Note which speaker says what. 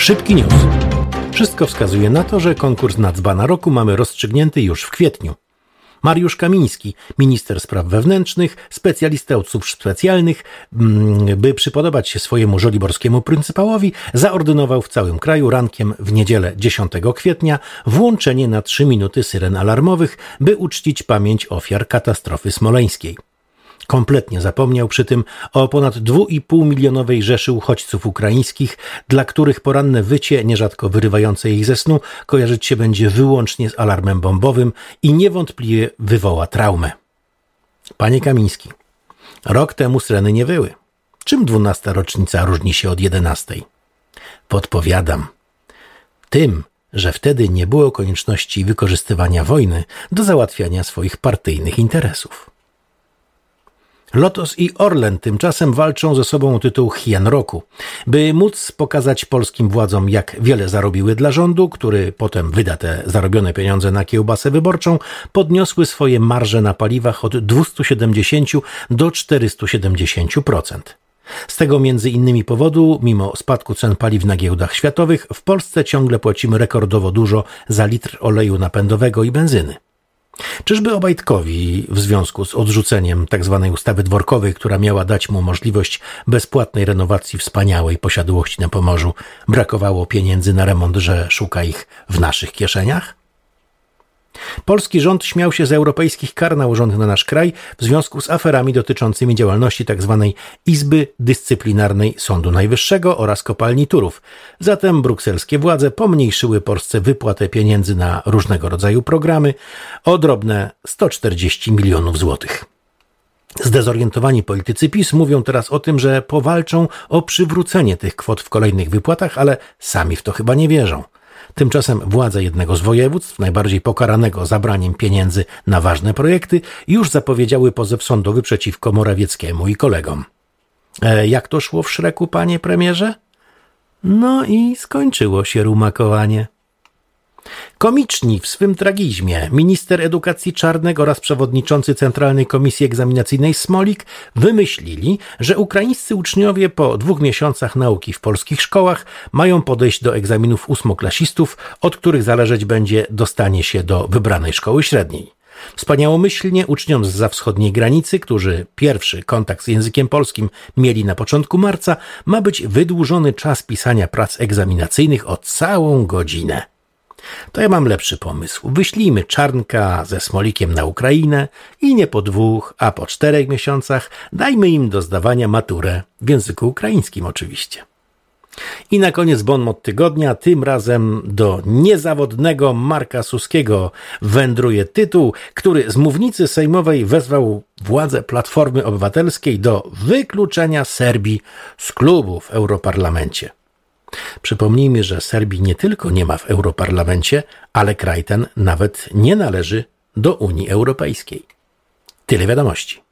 Speaker 1: Szybki news. Wszystko wskazuje na to, że konkurs na dzbana roku mamy rozstrzygnięty już w kwietniu. Mariusz Kamiński, minister spraw wewnętrznych, specjalista od służb specjalnych, by przypodobać się swojemu żoliborskiemu pryncypałowi, zaordynował w całym kraju rankiem w niedzielę 10 kwietnia włączenie na 3 minuty syren alarmowych, by uczcić pamięć ofiar katastrofy smoleńskiej. Kompletnie zapomniał przy tym o ponad 2,5 milionowej rzeszy uchodźców ukraińskich, dla których poranne wycie, nierzadko wyrywające ich ze snu, kojarzyć się będzie wyłącznie z alarmem bombowym i niewątpliwie wywoła traumę. Panie Kamiński, rok temu syreny nie wyły. Czym 12. rocznica różni się od 11? Podpowiadam. Tym, że wtedy nie było konieczności wykorzystywania wojny do załatwiania swoich partyjnych interesów. Lotos i Orlen tymczasem walczą ze sobą o tytuł Hien Roku, by móc pokazać polskim władzom, jak wiele zarobiły dla rządu, który potem wyda te zarobione pieniądze na kiełbasę wyborczą, podniosły swoje marże na paliwach od 270 do 470%. Z tego między innymi powodu, mimo spadku cen paliw na giełdach światowych, w Polsce ciągle płacimy rekordowo dużo za litr oleju napędowego i benzyny. Czyżby Obajtkowi w związku z odrzuceniem tzw. ustawy dworkowej, która miała dać mu możliwość bezpłatnej renowacji wspaniałej posiadłości na Pomorzu, brakowało pieniędzy na remont, że szuka ich w naszych kieszeniach? Polski rząd śmiał się z europejskich kar nałożonych na nasz kraj w związku z aferami dotyczącymi działalności tzw. Izby Dyscyplinarnej Sądu Najwyższego oraz kopalni Turów. Zatem brukselskie władze pomniejszyły Polsce wypłatę pieniędzy na różnego rodzaju programy o drobne 140 milionów złotych. Zdezorientowani politycy PiS mówią teraz o tym, że powalczą o przywrócenie tych kwot w kolejnych wypłatach, ale sami w to chyba nie wierzą. Tymczasem władze jednego z województw, najbardziej pokaranego zabraniem pieniędzy na ważne projekty, już zapowiedziały pozew sądowy przeciwko Morawieckiemu i kolegom. Jak to szło w Szreku, panie premierze? No i skończyło się rumakowanie. Komiczni w swym tragizmie minister edukacji Czarnek oraz przewodniczący Centralnej Komisji Egzaminacyjnej Smolik wymyślili, że ukraińscy uczniowie po 2 miesiącach nauki w polskich szkołach mają podejść do egzaminów ósmoklasistów, od których zależeć będzie dostanie się do wybranej szkoły średniej. Wspaniałomyślnie uczniom zza wschodniej granicy, którzy pierwszy kontakt z językiem polskim mieli na początku marca, ma być wydłużony czas pisania prac egzaminacyjnych o całą godzinę. To ja mam lepszy pomysł. Wyślijmy Czarnka ze Smolikiem na Ukrainę i nie po 2, a po 4 miesiącach dajmy im do zdawania maturę, w języku ukraińskim oczywiście. I na koniec bon mot tygodnia, tym razem do niezawodnego Marka Suskiego wędruje tytuł, który z mównicy sejmowej wezwał władze Platformy Obywatelskiej do wykluczenia Serbii z klubu w Europarlamencie. Przypomnijmy, że Serbii nie tylko nie ma w Europarlamencie, ale kraj ten nawet nie należy do Unii Europejskiej. Tyle wiadomości.